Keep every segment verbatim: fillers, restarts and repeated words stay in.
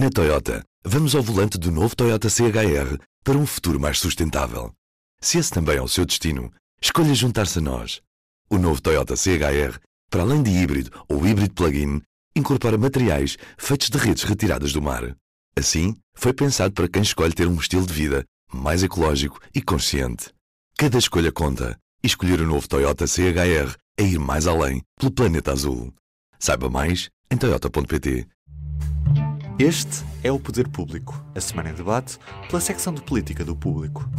Na Toyota, vamos ao volante do novo Toyota C H R para um futuro mais sustentável. Se esse também é o seu destino, escolha juntar-se a nós. O novo Toyota C H R, para além de híbrido ou híbrido plug-in, incorpora materiais feitos de redes retiradas do mar. Assim, foi pensado para quem escolhe ter um estilo de vida mais ecológico e consciente. Cada escolha conta, e escolher o novo Toyota C H R é ir mais além pelo planeta azul. Saiba mais em toyota ponto pt. Este é o Poder Público, a semana em debate pela secção de Política do Público.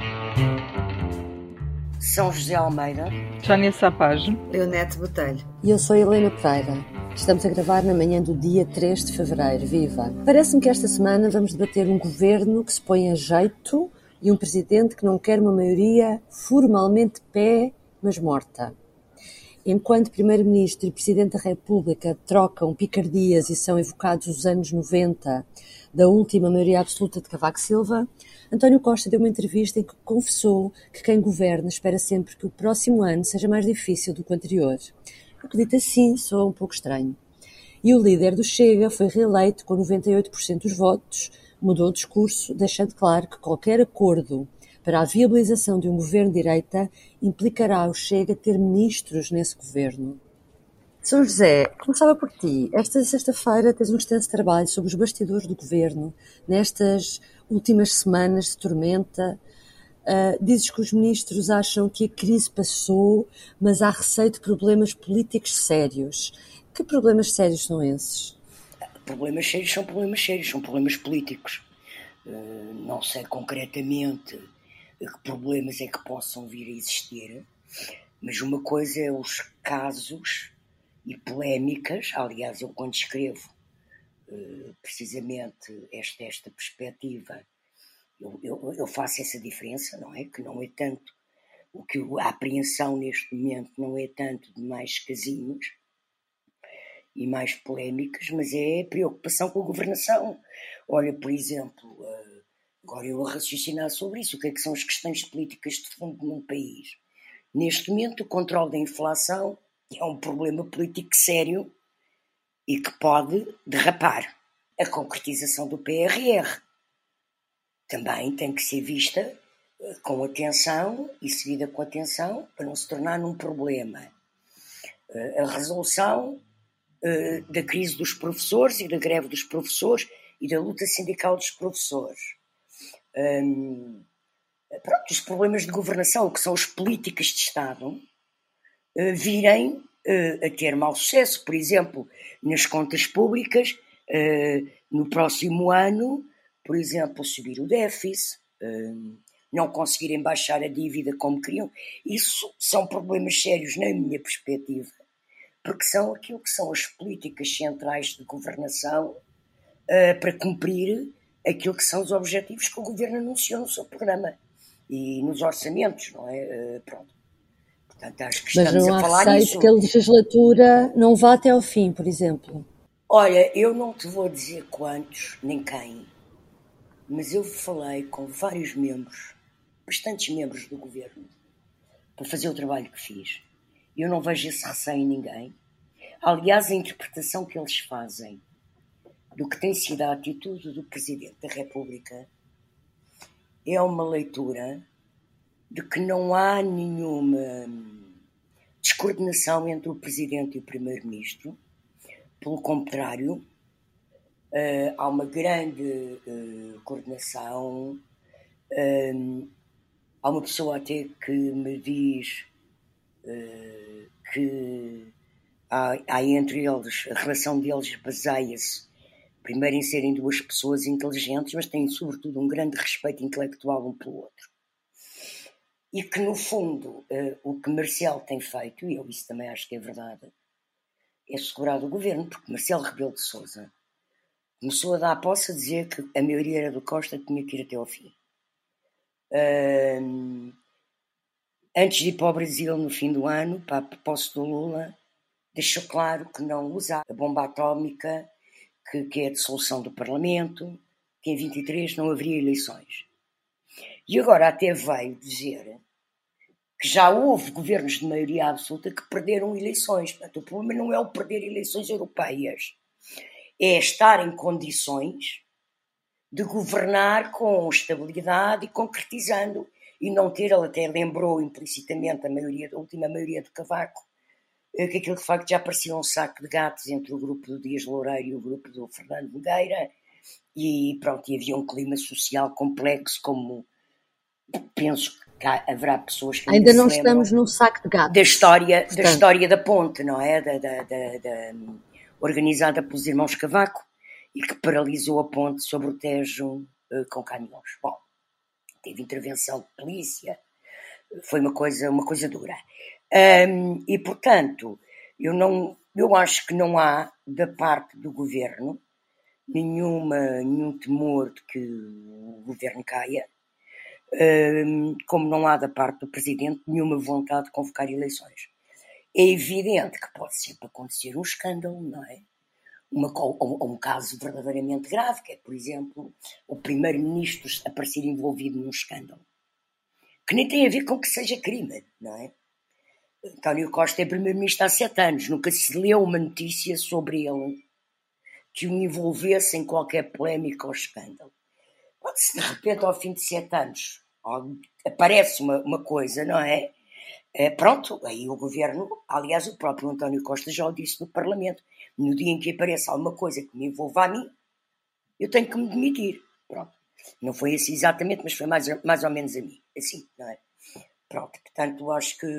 São José Almeida, Sónia Sapage, Leonete Botelho. E eu sou Helena Pereira. Estamos a gravar na manhã do dia três de fevereiro. Viva! Parece-me que esta semana vamos debater um governo que se põe a jeito e um presidente que não quer uma maioria formalmente pé, mas morta. Enquanto Primeiro-Ministro e Presidente da República trocam picardias e são evocados os anos noventa da última maioria absoluta de Cavaco Silva, António Costa deu uma entrevista em que confessou que quem governa espera sempre que o próximo ano seja mais difícil do que o anterior. O que dito assim soa um pouco estranho. E o líder do Chega foi reeleito com noventa e oito por cento dos votos, mudou o discurso, deixando claro que qualquer acordo para a viabilização de um governo de direita implicará o Chega ter ministros nesse governo. São José, começava por ti. Esta sexta-feira tens um extenso trabalho sobre os bastidores do governo, nestas últimas semanas de tormenta. Uh, dizes que os ministros acham que a crise passou, mas há receio de problemas políticos sérios. Que problemas sérios são esses? Problemas sérios são problemas sérios, são problemas políticos. Uh, não sei concretamente que problemas é que possam vir a existir, mas uma coisa é os casos e polémicas. Aliás, eu quando escrevo uh, precisamente esta, esta perspectiva, eu, eu, eu faço essa diferença, não é? Que não é tanto, o que a apreensão neste momento não é tanto de mais casinhos e mais polémicas, mas é preocupação com a governação. Olha, por exemplo, uh, agora eu a raciocinar sobre isso, o que é que são as questões políticas de fundo num país? Neste momento, o controle da inflação é um problema político sério e que pode derrapar. A concretização do P R R também tem que ser vista com atenção e seguida com atenção para não se tornar num problema. A resolução da crise dos professores e da greve dos professores e da luta sindical dos professores. Um, pronto, os problemas de governação, o que são as políticas de Estado, uh, virem uh, a ter mau sucesso. Por exemplo, nas contas públicas, uh, no próximo ano, por exemplo, subir o déficit, uh, não conseguirem baixar a dívida como queriam. Isso são problemas sérios na minha perspectiva, porque são aquilo que são as políticas centrais de governação uh, para cumprir aquilo que são os objetivos que o Governo anunciou no seu programa e nos orçamentos, não é? Uh, pronto. Portanto, acho que estamos a falar nisso. Mas não há receio que a legislatura não vá até ao fim, por exemplo? Olha, eu não te vou dizer quantos, nem quem, mas eu falei com vários membros, bastantes membros do Governo, para fazer o trabalho que fiz. Eu não vejo esse receio em ninguém. Aliás, a interpretação que eles fazem do que tem sido a atitude do Presidente da República é uma leitura de que não há nenhuma descoordenação entre o Presidente e o Primeiro-Ministro. Pelo contrário, há uma grande coordenação. Há uma pessoa até que me diz que há, há entre eles, a relação deles baseia-se primeiro em serem duas pessoas inteligentes, mas têm sobretudo um grande respeito intelectual um pelo outro. E que no fundo uh, o que Marcelo tem feito, e eu isso também acho que é verdade, é segurar o governo, porque Marcelo Rebelo de Sousa começou a dar a posse a dizer que a maioria era do Costa, tinha que ir até ao fim. Uh, antes de ir para o Brasil no fim do ano, para a posse do Lula, deixou claro que não usa a bomba atómica, que, que é a dissolução do Parlamento, que em vinte e três não haveria eleições. E agora até veio dizer que já houve governos de maioria absoluta que perderam eleições. Portanto, o problema não é o perder eleições europeias, é estar em condições de governar com estabilidade e concretizando, e não ter, ele até lembrou implicitamente a, maioria, a última maioria do Cavaco, que aquilo de facto já parecia um saco de gatos entre o grupo do Dias Loureiro e o grupo do Fernando Nogueira, e pronto, e havia um clima social complexo, como penso que há, haverá pessoas que ainda, ainda não se estamos num saco de gatos. Da história, da história da ponte, não é? Da, da, da, da, organizada pelos irmãos Cavaco, e que paralisou a ponte sobre o Tejo uh, com caminhões. Bom, teve intervenção de polícia, foi uma coisa, uma coisa dura. Um, e, portanto, eu, não, eu acho que não há, da parte do governo, nenhuma, nenhum temor de que o governo caia, um, como não há da parte do presidente nenhuma vontade de convocar eleições. É evidente que pode sempre acontecer um escândalo, não é? Uma, ou, ou um caso verdadeiramente grave, que é, por exemplo, o primeiro-ministro aparecer envolvido num escândalo, que nem tem a ver com que seja crime, não é? António Costa é primeiro-ministro há sete anos, nunca se leu uma notícia sobre ele que o envolvesse em qualquer polémica ou escândalo. Pode-se, de repente, ao fim de sete anos, aparece uma, uma coisa, não é? É, pronto, aí o governo, aliás, o próprio António Costa já o disse no Parlamento, no dia em que apareça alguma coisa que me envolva a mim, eu tenho que me demitir. Pronto. Não foi assim exatamente, mas foi mais, mais ou menos a mim. Assim, não é? Pronto, portanto, acho que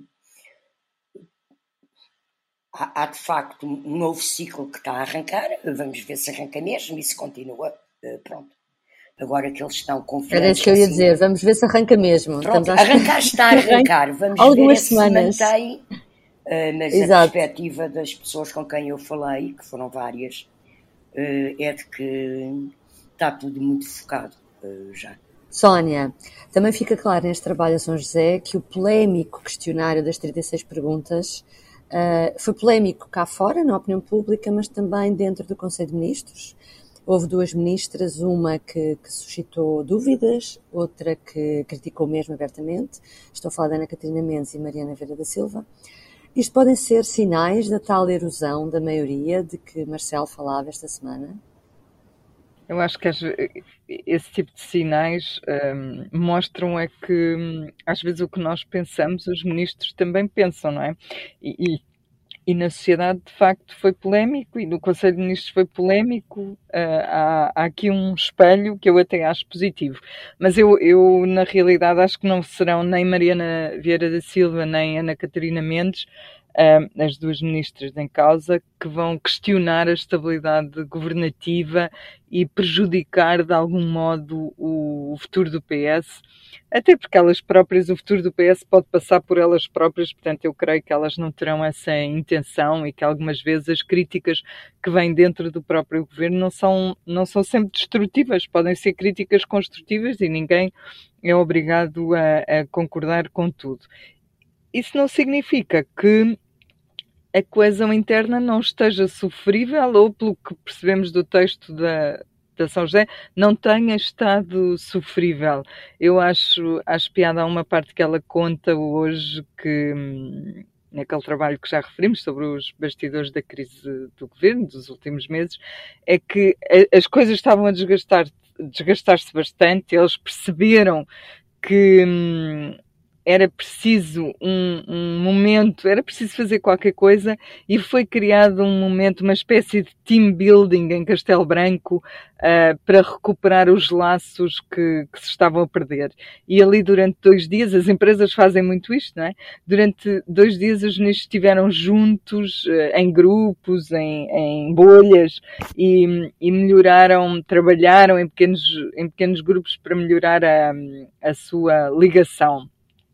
há, há de facto um novo ciclo que está a arrancar. Vamos ver se arranca mesmo e se continua. Pronto. Agora que eles estão confiantes. Era isso que eu ia assim, dizer, vamos ver se arranca mesmo. Pronto, arrancar está a arrancar, vamos algumas ver semanas. Se mantém. Uh, mas Exato. A perspectiva das pessoas com quem eu falei, que foram várias, uh, é de que está tudo muito focado uh, já. Sónia, também fica claro neste trabalho a São José que o polémico questionário das trinta e seis perguntas uh, foi polémico cá fora, na opinião pública, mas também dentro do Conselho de Ministros. Houve duas ministras, uma que, que suscitou dúvidas, outra que criticou mesmo abertamente. Estou a falar da Ana Catarina Mendes e Mariana Vieira da Silva. Isto podem ser sinais da tal erosão da maioria de que Marcelo falava esta semana? Eu acho que esse tipo de sinais um, mostram é que, um, às vezes, o que nós pensamos, os ministros também pensam, não é? E, e, e na sociedade, de facto, foi polémico, e no Conselho de Ministros foi polémico. Uh, há, há aqui um espelho que eu até acho positivo. Mas eu, eu, na realidade, acho que não serão nem Mariana Vieira da Silva, nem Ana Catarina Mendes, Uh, as duas ministras em causa, que vão questionar a estabilidade governativa e prejudicar de algum modo o, o futuro do P S, até porque elas próprias, o futuro do P S pode passar por elas próprias, portanto eu creio que elas não terão essa intenção e que algumas vezes as críticas que vêm dentro do próprio governo não são, não são sempre destrutivas, podem ser críticas construtivas e ninguém é obrigado a, a concordar com tudo. Isso não significa que a coesão interna não esteja sofrível ou, pelo que percebemos do texto da, da São José, não tenha estado sofrível. Eu acho, acho piada a uma parte que ela conta hoje, que naquele trabalho que já referimos sobre os bastidores da crise do governo dos últimos meses, é que as coisas estavam a desgastar, desgastar-se bastante, eles perceberam que hum, era preciso um, um momento, era preciso fazer qualquer coisa e foi criado um momento, uma espécie de team building em Castelo Branco uh, para recuperar os laços que, que se estavam a perder. E ali durante dois dias, as empresas fazem muito isto, não é? Durante dois dias os ministros estiveram juntos, uh, em grupos, em, em bolhas e, e melhoraram, trabalharam em pequenos, em pequenos grupos para melhorar a, a sua ligação.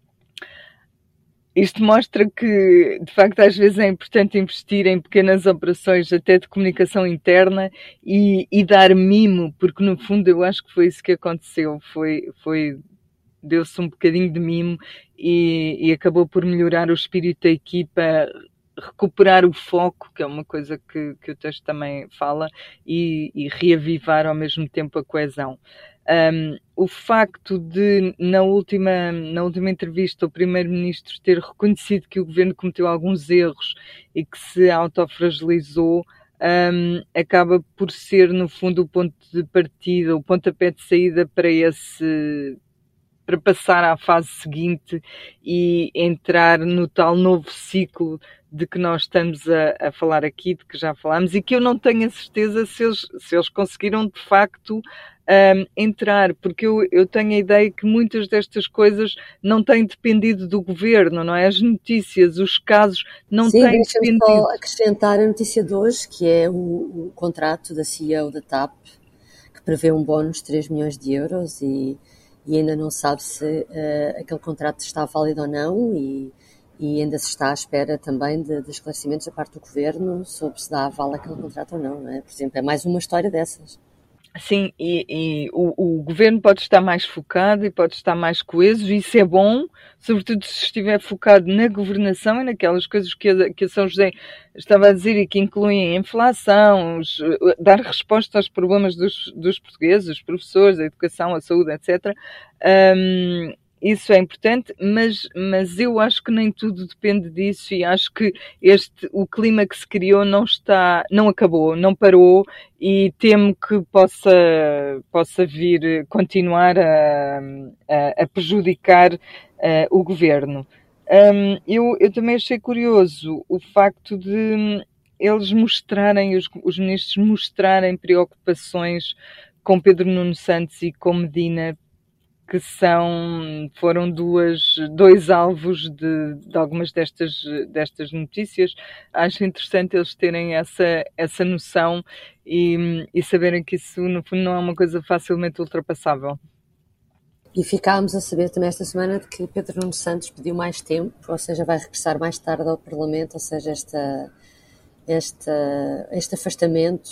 Isto mostra que, de facto, às vezes é importante investir em pequenas operações até de comunicação interna e, e dar mimo, porque no fundo eu acho que foi isso que aconteceu, foi, foi, deu-se um bocadinho de mimo e, e acabou por melhorar o espírito da equipa, recuperar o foco, que é uma coisa que, que o texto também fala, e, e reavivar ao mesmo tempo a coesão. Um, o facto de, na última, na última entrevista, o Primeiro-Ministro ter reconhecido que o Governo cometeu alguns erros e que se autofragilizou, um, acaba por ser, no fundo, o ponto de partida, o pontapé de saída para esse... para passar à fase seguinte e entrar no tal novo ciclo de que nós estamos a, a falar aqui, de que já falámos, e que eu não tenho a certeza se eles, se eles conseguiram de facto um, entrar, porque eu, eu tenho a ideia que muitas destas coisas não têm dependido do governo, não é? As notícias, os casos não Sim, têm deixa-me dependido. só acrescentar a notícia de hoje, que é o, o contrato da C E O da T A P, que prevê um bónus de três milhões de euros e e ainda não sabe se uh, aquele contrato está válido ou não e, e ainda se está à espera também de, de esclarecimentos da parte do Governo sobre se dá aval àquele contrato ou não, não é? Por exemplo, é mais uma história dessas. Sim, e, e o, o governo pode estar mais focado e pode estar mais coeso, e isso é bom, sobretudo se estiver focado na governação e naquelas coisas que a, que a São José estava a dizer e que incluem a inflação, os, dar resposta aos problemas dos, dos portugueses, os professores, a educação, a saúde, etcétera. Um, Isso é importante, mas, mas eu acho que nem tudo depende disso, e acho que este, o clima que se criou não está, não acabou, não parou, e temo que possa, possa vir continuar a, a, a prejudicar uh, o governo. Um, eu, eu também achei curioso o facto de eles mostrarem, os, os ministros mostrarem preocupações com Pedro Nuno Santos e com Medina, que são, foram duas, dois alvos de, de algumas destas, destas notícias. Acho interessante eles terem essa, essa noção e, e saberem que isso, no fundo, não é uma coisa facilmente ultrapassável. E ficámos a saber também esta semana de que Pedro Nuno Santos pediu mais tempo, ou seja, vai regressar mais tarde ao Parlamento, ou seja, esta, esta, este afastamento,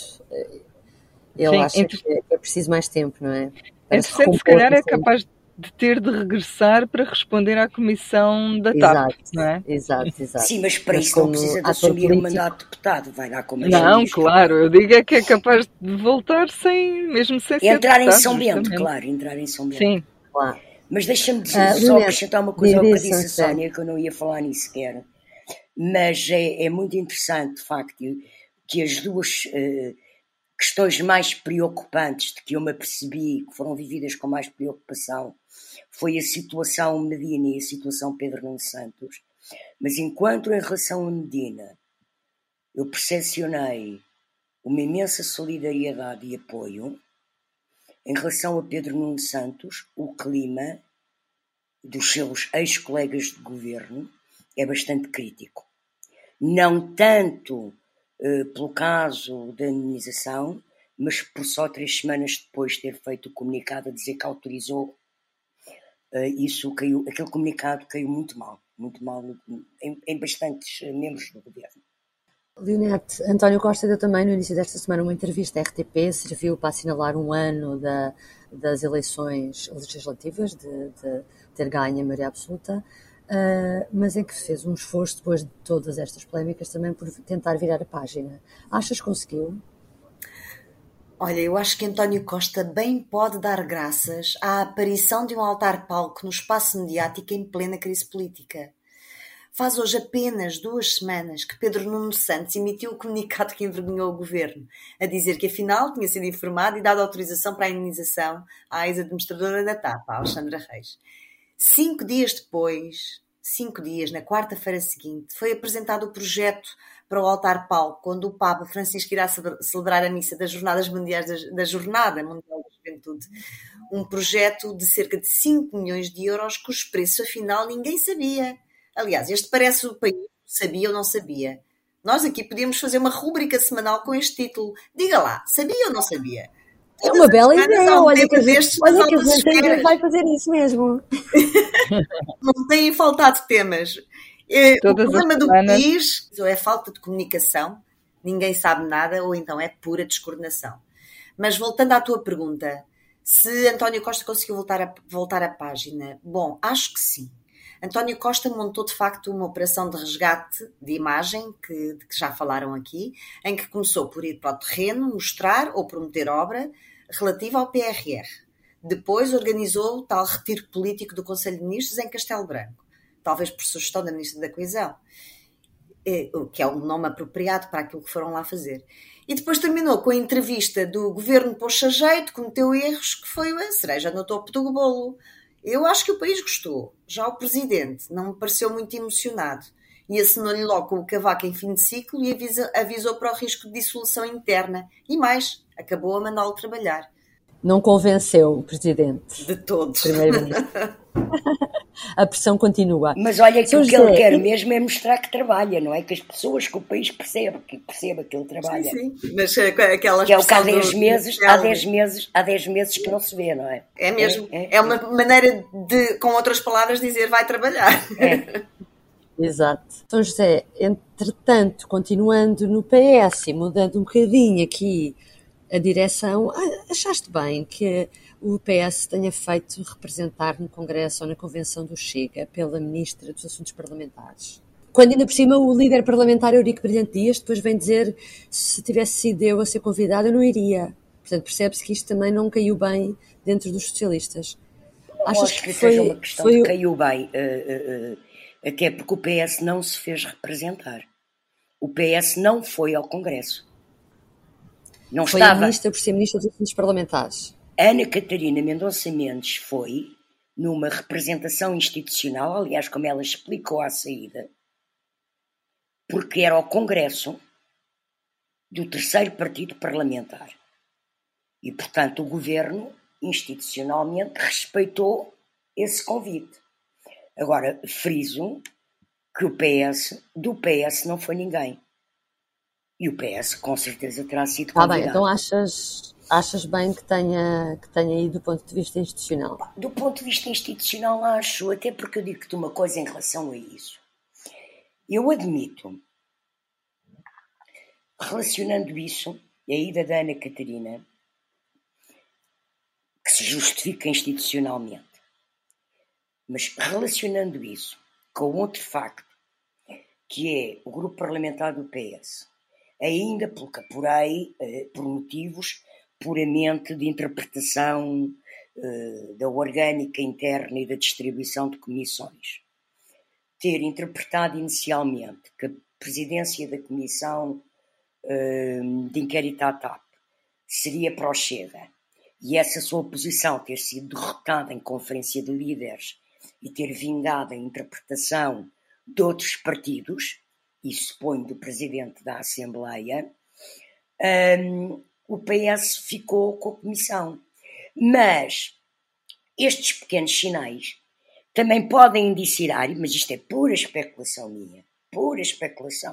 ele Sim, acha entre... que é preciso mais tempo, não é? Entretanto, se calhar é capaz de ter de regressar para responder à comissão da T A P, exato, não é? Exato, exato. Sim, mas para mas isso não precisa de assumir político... o mandato de deputado, vai lá como Não, claro, eu digo é que é capaz de voltar sem, mesmo sem ser entrar deputado, em São Bento, justamente. claro, entrar em São Bento. Sim. Claro. Mas deixa-me dizer, uh, só Leonete, acrescentar uma coisa ao que disse a sim. Sónia, que eu não ia falar nisso sequer, mas é, é muito interessante, de facto, que as duas uh, questões mais preocupantes de que eu me apercebi, que foram vividas com mais preocupação, foi a situação Medina e a situação Pedro Nuno Santos. Mas enquanto em relação a Medina eu percepcionei uma imensa solidariedade e apoio, em relação a Pedro Nuno Santos, o clima dos seus ex-colegas de governo é bastante crítico. Não tanto uh, pelo caso da indenização, mas por só três semanas depois de ter feito o comunicado a dizer que autorizou, uh, isso caiu, aquele comunicado caiu muito mal, muito mal em, em bastantes membros do governo. Leonete, António Costa deu também no início desta semana uma entrevista à R T P, serviu para assinalar um ano da, das eleições legislativas, de, de ter ganho a maioria absoluta, uh, mas em que fez um esforço depois de todas estas polémicas também por tentar virar a página. Achas que conseguiu? Olha, eu acho que António Costa bem pode dar graças à aparição de um altar-palco no espaço mediático em plena crise política. Faz hoje apenas duas semanas que Pedro Nuno Santos emitiu o comunicado que envergonhou o governo, a dizer que afinal tinha sido informado e dado autorização para a indenização à ex-administradora da T A P, a Alexandra Reis. Cinco dias depois, cinco dias, na quarta-feira seguinte, foi apresentado o projeto para o altar-palco, quando o Papa Francisco irá celebrar a missa das Jornadas Mundiais da, da Jornada Mundial da Juventude. Um projeto de cerca de cinco milhões de euros, cujo preço afinal ninguém sabia. Aliás, este parece o país, sabia ou não sabia. Nós aqui podíamos fazer uma rúbrica semanal com este título. Diga lá, sabia ou não sabia? É uma bela ideia, olha que a gente, olha que a gente vai fazer isso mesmo. Não têm faltado temas. O Todas problema do país ou é falta de comunicação, ninguém sabe nada, ou então é pura descoordenação. Mas voltando à tua pergunta, se António Costa conseguiu voltar a, voltar à página, bom, acho que sim. António Costa montou de facto uma operação de resgate de imagem, que, de que já falaram aqui, em que começou por ir para o terreno, mostrar ou prometer obra relativa ao P R R. Depois organizou o tal retiro político do Conselho de Ministros em Castelo Branco, talvez por sugestão da Ministra da Coesão, que é um nome apropriado para aquilo que foram lá fazer. E depois terminou com a entrevista do governo pôs-se a jeito, cometeu erros, que foi a cereja no topo do bolo. Eu acho que o país gostou. Já o presidente não me pareceu muito emocionado. E assinou-lhe logo com o cavaco em fim de ciclo e avisou, avisou para o risco de dissolução interna. E mais, acabou a mandá-lo trabalhar. Não convenceu o presidente. De todos. Primeiro-ministro. A pressão continua. Mas olha que São o que José, ele quer eu- mesmo é mostrar que trabalha, não é? Que as pessoas, que o país perceba, que perceba que ele trabalha. Sim, sim. Mas eh, aquela Que é o que há expressão dez do- meses, do- há dez meses, há dez meses que não se vê, não é? É mesmo. É, É, é, uma maneira de, com outras palavras, dizer vai trabalhar. é. Exato. São José, entretanto, continuando no P S e mudando um bocadinho aqui a direção, a- achaste bem que o P S tenha feito representar no Congresso ou na Convenção do Chega pela Ministra dos Assuntos Parlamentares? Quando ainda por cima o líder parlamentar Eurico Brilhante Dias depois vem dizer se tivesse sido eu a ser convidada eu não iria. Portanto, percebe-se que isto também não caiu bem dentro dos socialistas. Não Achas acho que que seja foi, uma questão foi de o- caiu bem, eh, eh, eh, até porque o P S não se fez representar. O P S não foi ao Congresso. Não foi a estava. ministra por ser ministra dos Assuntos Parlamentares? Ana Catarina Mendonça Mendes foi numa representação institucional, aliás, como ela explicou à saída, porque era o Congresso do terceiro partido parlamentar. E, portanto, o governo, institucionalmente, respeitou esse convite. Agora, friso que o P S, do P S não foi ninguém. E o P S, com certeza, terá sido Está convidado. bem, então achas, achas bem que tenha, que tenha ido do ponto de vista institucional? Do ponto de vista institucional, acho, até porque eu digo-te uma coisa em relação a isso. Eu admito, relacionando isso, a ida da Ana Catarina, que se justifica institucionalmente, mas relacionando isso com outro facto, que é o grupo parlamentar do P S, ainda pelo que apurei, por motivos puramente de interpretação da orgânica interna e da distribuição de comissões, ter interpretado inicialmente que a presidência da comissão de inquérito à T A P seria para o Chega, e essa sua posição ter sido derrotada em conferência de líderes e ter vingado a interpretação de outros partidos, e suponho do presidente da Assembleia, um, o P S ficou com a comissão. Mas estes pequenos sinais também podem indiciar, mas isto é pura especulação minha, pura especulação.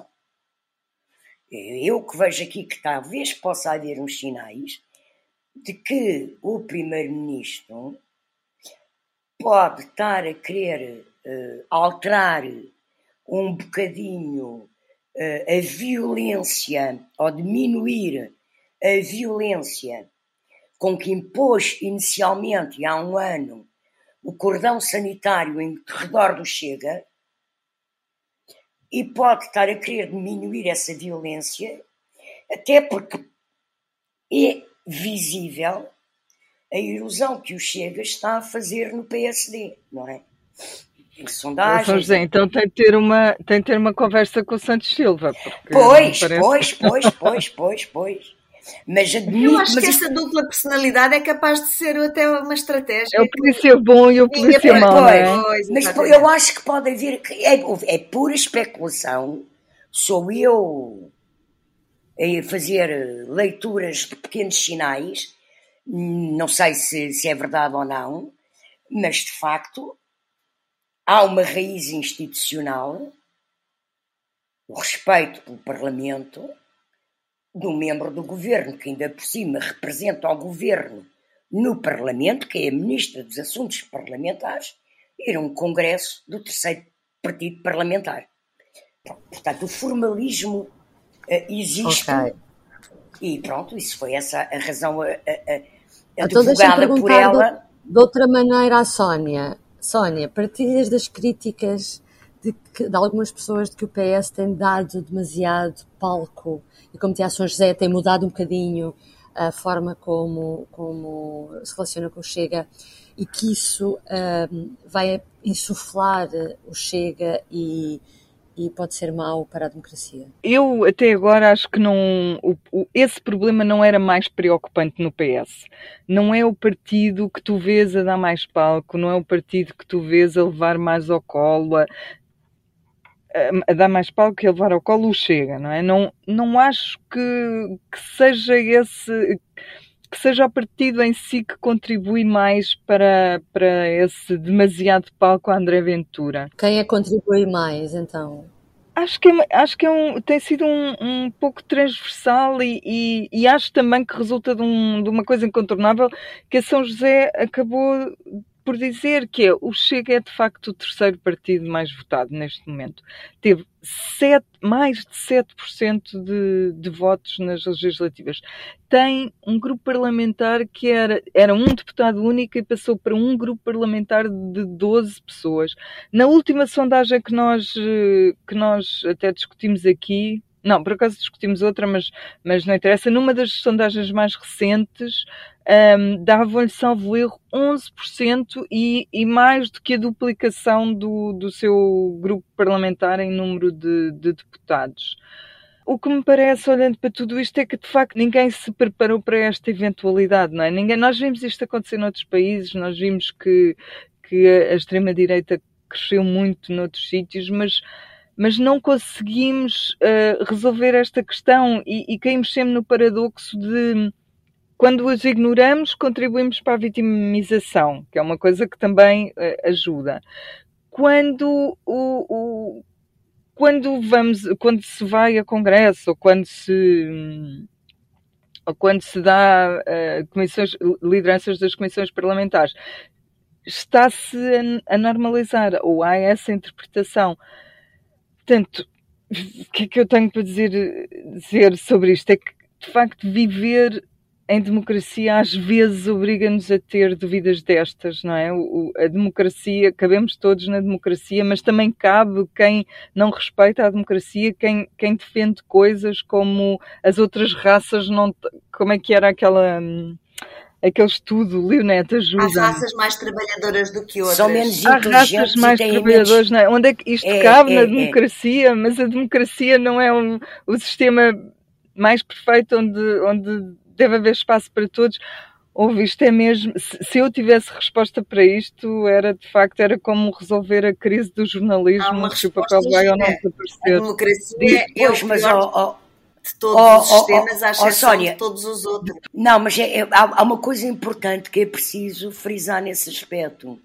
Eu que vejo aqui que talvez possa haver uns sinais de que o primeiro-ministro pode estar a querer uh, alterar um bocadinho uh, a violência, ou diminuir a violência com que impôs inicialmente, há um ano, o cordão sanitário em redor do Chega, e pode estar a querer diminuir essa violência, até porque é visível a erosão que o Chega está a fazer no P S D, não é? Em sondagens. São José, então tem de ter uma, tem de ter uma conversa com o Santos Silva. Porque Pois, parece... pois, pois, pois, pois, pois. Mas admito, Eu acho mas que isto... essa dupla personalidade é capaz de ser até uma estratégia. É o polícia bom e o polícia Pois, mau, não é? Pois, mas exatamente. eu acho que pode haver, é, é pura especulação, sou eu a fazer leituras de pequenos sinais, não sei se, se é verdade ou não, mas de facto há uma raiz institucional, o respeito pelo Parlamento, do membro do governo, que ainda por cima representa o governo no Parlamento, que é a Ministra dos Assuntos Parlamentares, ir a um congresso do terceiro partido parlamentar. Portanto, o formalismo uh, existe, Ok. e pronto, isso foi essa a razão a, a, a Então deixa-me advogada por perguntar ela. de, de outra maneira à Sónia. Sónia, partilhas das críticas de, que, de algumas pessoas de que o P S tem dado demasiado palco e como tinha São José tem mudado um bocadinho a forma como, como se relaciona com o Chega e que isso um, vai insuflar o Chega e, e pode ser mau para a democracia? Eu até agora acho que não, o, o, esse problema não era mais preocupante no P S. Não é o partido que tu vês a dar mais palco, não é o partido que tu vês a levar mais ao colo, a, a, a dar mais palco e a levar ao colo o Chega, não é? Não, não acho que, que seja esse... que seja o partido em si que contribui mais para, para esse demasiado palco a André Ventura. Quem é que contribui mais, então? Acho que, é, acho que é um, tem sido um, um pouco transversal e, e, e acho também que resulta de, um, de uma coisa incontornável que a São José acabou por dizer, que é o Chega é de facto o terceiro partido mais votado neste momento. Teve sete, mais de sete por cento de, de votos nas legislativas. Tem um grupo parlamentar que era, era um deputado único e passou para um grupo parlamentar de doze pessoas. Na última sondagem que nós, que nós até discutimos aqui, não, por acaso discutimos outra, mas, mas não interessa, numa das sondagens mais recentes, Um, davam-lhe, salvo erro, onze por cento e, e mais do que a duplicação do, do seu grupo parlamentar em número de, de deputados. O que me parece, olhando para tudo isto, é que de facto ninguém se preparou para esta eventualidade, não é? Ninguém, nós vimos isto acontecer noutros países, nós vimos que, que a extrema-direita cresceu muito noutros sítios, mas, mas não conseguimos uh, resolver esta questão e, e caímos sempre no paradoxo de... Quando os ignoramos, contribuímos para a vitimização, que é uma coisa que também uh, ajuda. Quando, o, o, quando, vamos, quando se vai a congresso, ou quando se, ou quando se dá uh, comissões, lideranças das comissões parlamentares, está-se a, a normalizar, ou há essa interpretação. Portanto, o que é que eu tenho para dizer, dizer sobre isto? É que, de facto, viver... em democracia às vezes obriga-nos a ter dúvidas destas, não é? O, a democracia, cabemos todos na democracia, mas também cabe quem não respeita a democracia, quem, quem defende coisas como as outras raças não... Como é que era aquela... aquele estudo, Leonete, ajuda. Há raças mais trabalhadoras do que outras. São menos Há raças mais trabalhadoras, menos... não é? Onde é que isto é, cabe é, na é, democracia, é. Mas a democracia não é um, o sistema mais perfeito onde... onde deve haver espaço para todos. Ouve, isto é mesmo... Se, se eu tivesse resposta para isto, era de facto, era como resolver a crise do jornalismo, se o papel vai ou não aparecer. A democracia é o pior de todos oh, os sistemas, oh, à exceção oh, de todos os outros. Não, mas é, é, há uma coisa importante que é preciso frisar nesse aspecto.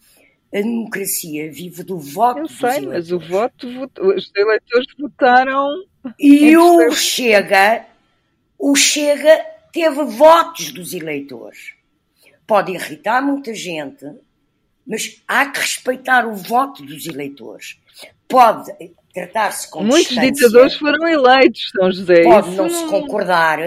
A democracia vive do voto. Eu sei, mas o voto, os eleitores votaram... E o Chega... O Chega teve votos dos eleitores. Pode irritar muita gente, mas há que respeitar o voto dos eleitores. Pode tratar-se com muitos distância. Ditadores foram eleitos, São José. Pode não se concordar.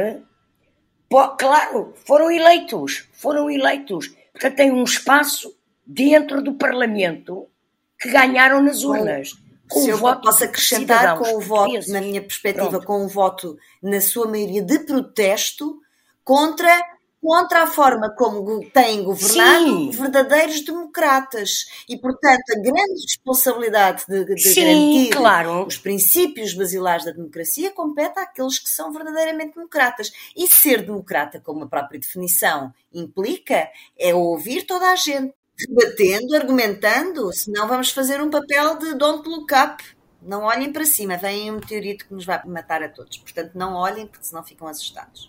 Pode, claro, foram eleitos. Foram eleitos. Portanto, tem um espaço dentro do Parlamento que ganharam nas urnas. Se eu posso acrescentar, com o voto, na minha perspectiva, Pronto. com o voto, na sua maioria, de protesto contra, contra a forma como têm governado Sim. verdadeiros democratas. E, portanto, a grande responsabilidade de, de Sim, garantir claro. os princípios basilares da democracia compete àqueles que são verdadeiramente democratas. E ser democrata, como a própria definição implica, é ouvir toda a gente. Debatendo, argumentando, senão vamos fazer um papel de don't look up. Não olhem para cima, vem um meteorito que nos vai matar a todos. Portanto, não olhem, porque senão ficam assustados.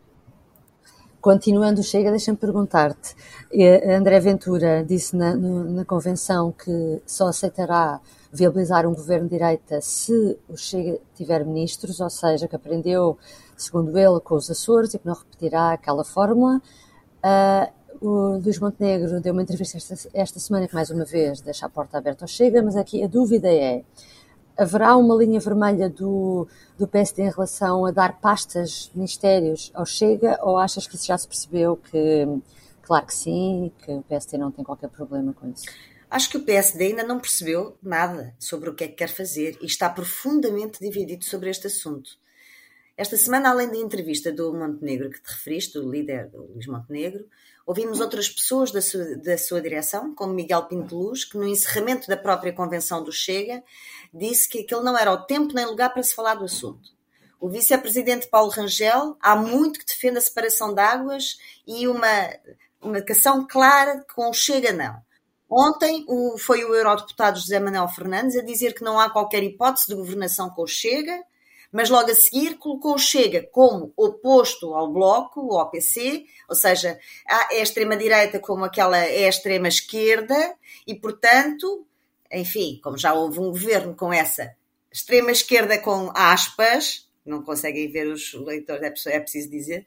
Continuando o Chega, deixa-me perguntar-te. André Ventura disse na, no, na convenção que só aceitará viabilizar um governo de direita se o Chega tiver ministros, ou seja, que aprendeu, segundo ele, com os Açores e que não repetirá aquela fórmula. Uh, O Luís Montenegro deu uma entrevista esta, esta semana que, mais uma vez, deixa a porta aberta ao Chega, mas aqui a dúvida é, haverá uma linha vermelha do, do P S D em relação a dar pastas, ministérios ao Chega, ou achas que isso já se percebeu que, claro que sim, que o P S D não tem qualquer problema com isso? Acho que o P S D ainda não percebeu nada sobre o que é que quer fazer e está profundamente dividido sobre este assunto. Esta semana, além da entrevista do Montenegro que te referiste, do líder do Luís Montenegro, ouvimos outras pessoas da sua, da sua direção, como Miguel Pinteluz, que no encerramento da própria convenção do Chega, disse que aquele não era o tempo nem lugar para se falar do assunto. O vice-presidente Paulo Rangel há muito que defende a separação de águas e uma, uma marcação clara com o Chega não. Ontem o, foi o eurodeputado José Manuel Fernandes a dizer que não há qualquer hipótese de governação com o Chega, mas logo a seguir colocou o Chega como oposto ao Bloco, ou ao P C, ou seja, é a extrema-direita como aquela é a extrema-esquerda, e, portanto, enfim, como já houve um governo com essa extrema-esquerda com aspas, não conseguem ver os leitores, é preciso dizer,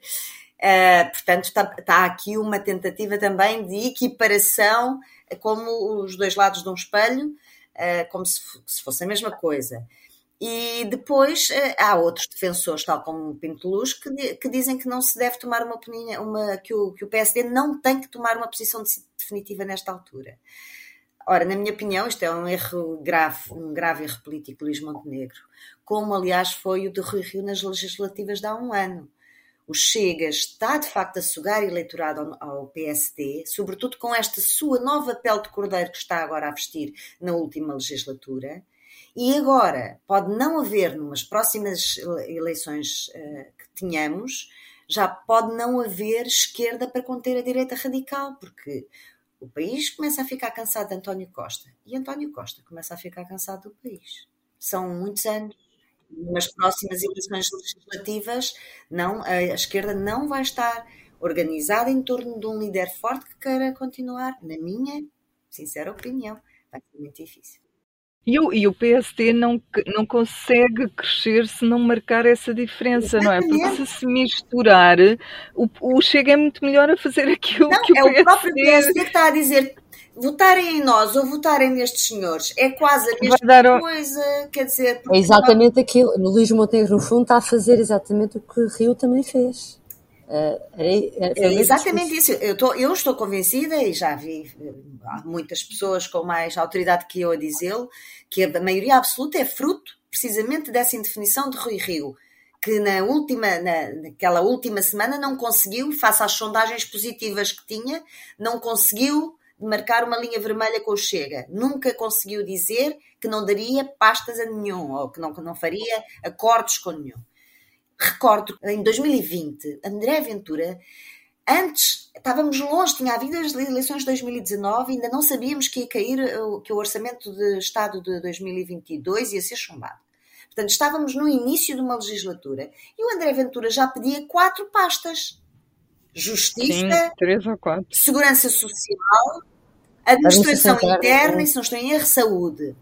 uh, portanto, está, está aqui uma tentativa também de equiparação, como os dois lados de um espelho, uh, como se, se fosse a mesma coisa. E depois há outros defensores, tal como o Pinteluz, que, que dizem que não se deve tomar uma opinião, uma, que, o, que o P S D não tem que tomar uma posição definitiva nesta altura. Ora, na minha opinião, isto é um erro grave, um grave erro político, Luís Montenegro, como aliás foi o de Rui Rio nas legislativas de há um ano. O Chega está de facto a sugar eleitorado ao, ao P S D, sobretudo com esta sua nova pele de cordeiro que está agora a vestir na última legislatura. E agora, pode não haver, numas próximas eleições uh, que tenhamos, já pode não haver esquerda para conter a direita radical, porque o país começa a ficar cansado de António Costa e António Costa começa a ficar cansado do país. São muitos anos. Nas próximas eleições legislativas, não, a esquerda não vai estar organizada em torno de um líder forte que queira continuar. Na minha sincera opinião, vai ser muito difícil. E o, e o P S D não, não consegue crescer se não marcar essa diferença, exatamente, não é? Porque se se misturar, o, o Chega é muito melhor a fazer aquilo não, que o é P S D... É o próprio P S D que está a dizer, votarem em nós ou votarem nestes senhores, é quase a mesma coisa, quer dizer... É exatamente não... aquilo, no Luís Montenegro, no fundo, está a fazer exatamente o que Rio também fez. Uh, é, é, é exatamente isso. Eu, tô, eu estou convencida, e já vi há muitas pessoas com mais autoridade que eu a dizê-lo, que a maioria absoluta é fruto precisamente dessa indefinição de Rui Rio, que na última, na, naquela última semana não conseguiu, face às sondagens positivas que tinha, não conseguiu marcar uma linha vermelha com o Chega. Nunca conseguiu dizer que não daria pastas a nenhum, ou que não, que não faria acordos com nenhum. Recordo, em dois mil e vinte, André Ventura, antes, estávamos longe, tinha havido as eleições de dois mil e dezanove, ainda não sabíamos que ia cair, que o orçamento de Estado de dois mil e vinte e dois ia ser chumbado. Portanto, estávamos no início de uma legislatura e o André Ventura já pedia quatro pastas. Justiça, sim, três ou quatro. Segurança Social, Administração Interna e, se não estou em erro, Saúde.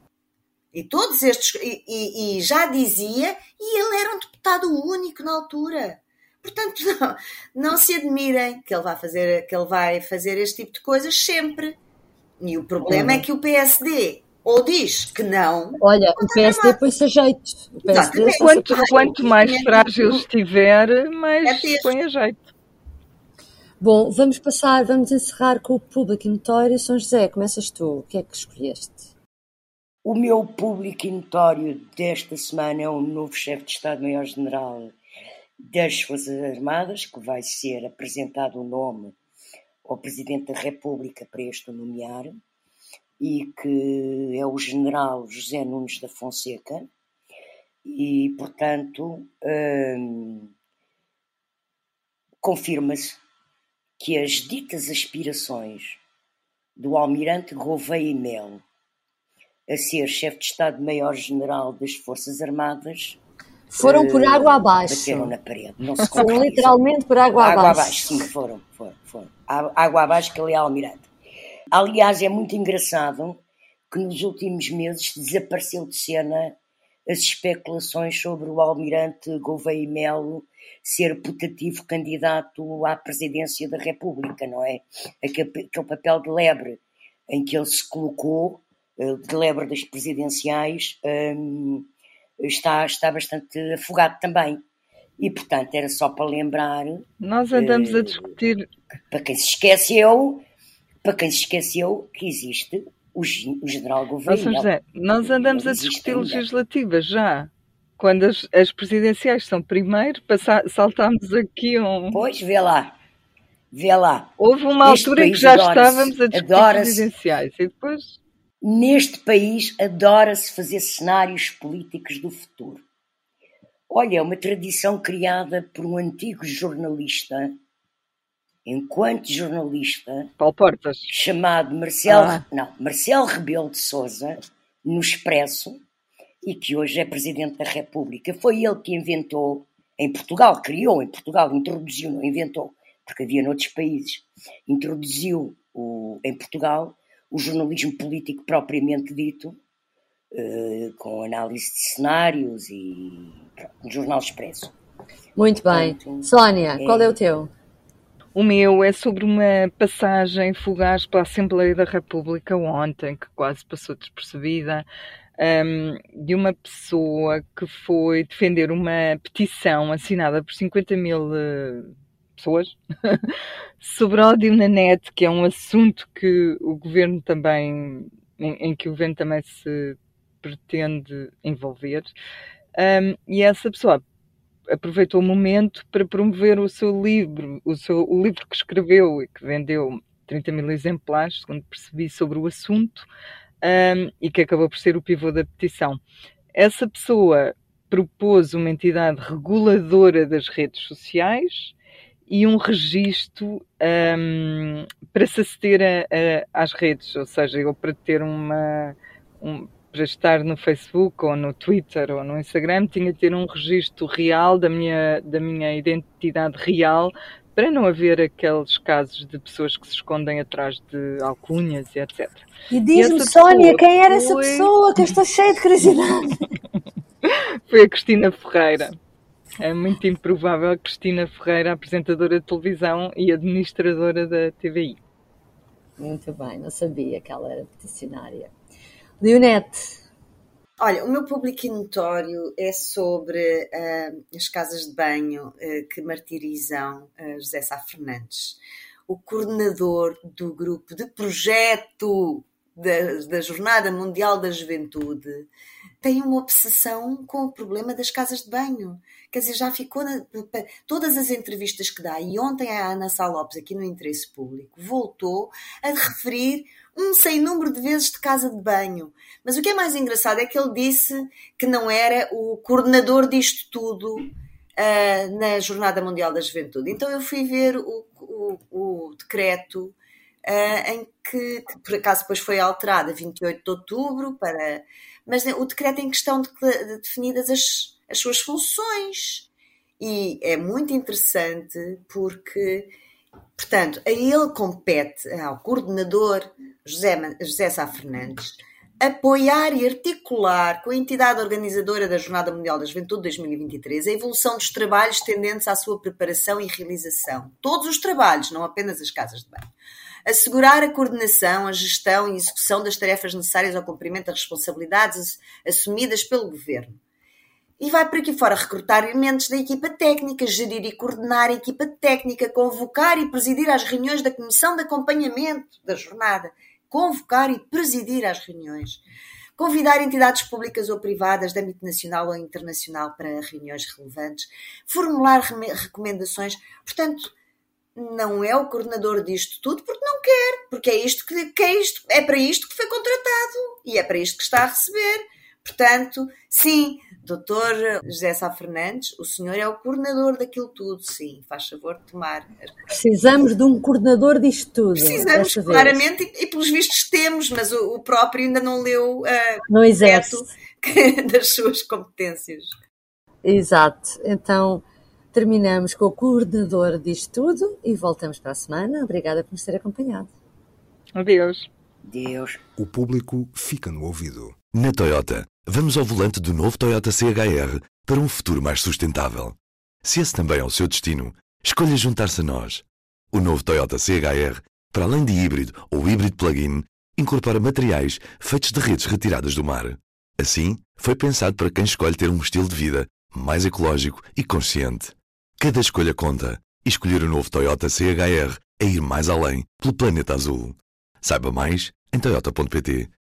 E todos estes, e, e, e já dizia, e ele era um deputado único na altura. Portanto, não, não se admirem que ele vai fazer, que ele vai fazer este tipo de coisas sempre. E o problema uhum. é que o P S D ou diz que não... Olha, o P S D põe-se a jeito. O P S D quanto, quanto mais frágil estiver, mais é põe a jeito. Bom, vamos passar, vamos encerrar com o público notório. São José, começas tu. O que é que escolheste? O meu público notório desta semana é o novo chefe de Estado-Maior-General das Forças Armadas, que vai ser apresentado o nome ao Presidente da República para este nomear, e que é o General José Nunes da Fonseca, e, portanto, hum, confirma-se que as ditas aspirações do Almirante Gouveia e Melo a ser chefe de Estado-Maior-General das Forças Armadas foram por água abaixo. Bateram na parede. Não se foram literalmente por água abaixo. Água abaixo, sim, foram, foram, foram. Água abaixo que ele é Almirante. Aliás, é muito engraçado que nos últimos meses desapareceu de cena as especulações sobre o Almirante Gouveia e Melo ser putativo candidato à presidência da República, não é? Aquele, aquele papel de lebre em que ele se colocou, de lebre das presidenciais, um, está, está bastante afogado também. E, portanto, era só para lembrar... Nós andamos uh, a discutir... Para quem se esqueceu, para quem se esqueceu que existe o, o general Gouveia. Nossa, José, nós andamos a discutir legislativas já. quando as, as presidenciais são primeiro, passa, saltámos aqui um... Pois, vê lá. Vê lá. Houve uma Este altura em que país já adora-se, estávamos a discutir adora-se. presidenciais e depois... Neste país adora-se fazer cenários políticos do futuro. Olha, é uma tradição criada por um antigo jornalista, enquanto jornalista, Paulo Portas, chamado Marcelo, Ah. não, Marcelo Rebelo de Sousa, no Expresso, e que hoje é Presidente da República. Foi ele que inventou, em Portugal, criou em Portugal, introduziu, não inventou, porque havia noutros países, introduziu o, em Portugal o jornalismo político propriamente dito, eh, com análise de cenários e pronto, no Jornal Expresso. Muito bem. Portanto, Sónia, é- qual é o teu? o meu é sobre uma passagem fugaz pela Assembleia da República ontem, que quase passou despercebida, hum, de uma pessoa que foi defender uma petição assinada por cinquenta mil eh, pessoas sobre ódio na net, que é um assunto que o governo também, em, em que o governo também se pretende envolver. Hum, e essa pessoa aproveitou o momento para promover o seu livro, o, seu, o livro que escreveu e que vendeu trinta mil exemplares, segundo percebi, sobre o assunto, um, e que acabou por ser o pivô da petição. Essa pessoa propôs uma entidade reguladora das redes sociais e um registro um, para se aceder a, a, às redes, ou seja, eu para ter uma... Um, para estar no Facebook ou no Twitter ou no Instagram, tinha de ter um registro real da minha, da minha identidade real, para não haver aqueles casos de pessoas que se escondem atrás de alcunhas e etcétera. E diz-me, essa Sónia, pessoa quem era essa foi- pessoa? Que eu estou cheia de curiosidade. Foi a Cristina Ferreira. É muito improvável a Cristina Ferreira, apresentadora de televisão e administradora da T V I. Muito bem, não sabia que ela era peticionária. Leonete, Olha, o meu público notório é sobre ah, as casas de banho ah, que martirizam ah, José Sá Fernandes, o coordenador do grupo de projeto da, da Jornada Mundial da Juventude. Tem uma obsessão com o problema das casas de banho. Quer dizer, já ficou na, todas as entrevistas que dá, e ontem a Ana Sá Lopes, aqui no Interesse Público, voltou a referir um sem número de vezes de casa de banho. Mas o que é mais engraçado é que ele disse que não era o coordenador disto tudo uh, na Jornada Mundial da Juventude. Então eu fui ver o, o, o decreto uh, em que, que por acaso depois foi alterado a vinte e oito de outubro, para, mas o decreto em questão de, de definidas as, as suas funções. E é muito interessante porque, portanto, a ele compete, ao coordenador José, José Sá Fernandes, apoiar e articular com a entidade organizadora da Jornada Mundial da Juventude dois mil e vinte e três a evolução dos trabalhos tendentes à sua preparação e realização. Todos os trabalhos, não apenas as casas de banho. Assegurar a coordenação, a gestão e execução das tarefas necessárias ao cumprimento das responsabilidades assumidas pelo Governo. E vai por aqui fora recrutar elementos da equipa técnica, gerir e coordenar a equipa técnica, convocar e presidir as reuniões da Comissão de Acompanhamento da Jornada, convocar e presidir as reuniões, convidar entidades públicas ou privadas de âmbito nacional ou internacional para reuniões relevantes, formular recomendações. Portanto, não é o coordenador disto tudo porque não quer, porque é, isto que, que é, isto, é para isto que foi contratado e é para isto que está a receber. Portanto, sim, doutor José Sá Fernandes, o senhor é o coordenador daquilo tudo, sim, faz favor de tomar. precisamos de um coordenador disto tudo. Precisamos, desta vez. claramente, e, e pelos vistos temos, mas o, o próprio ainda não leu uh, Não exerce. das suas competências. Exato. Então, terminamos com o coordenador disto tudo e voltamos para a semana. Obrigada por nos ter acompanhado. Adeus. Deus. O público fica no ouvido. Na Toyota, vamos ao volante do novo Toyota C H R para um futuro mais sustentável. Se esse também é o seu destino, escolha juntar-se a nós. O novo Toyota C H R, para além de híbrido ou híbrido plug-in, incorpora materiais feitos de redes retiradas do mar. Assim, foi pensado para quem escolhe ter um estilo de vida mais ecológico e consciente. Cada escolha conta, e escolher o novo Toyota C H R é ir mais além pelo planeta azul. Saiba mais em toyota ponto pt.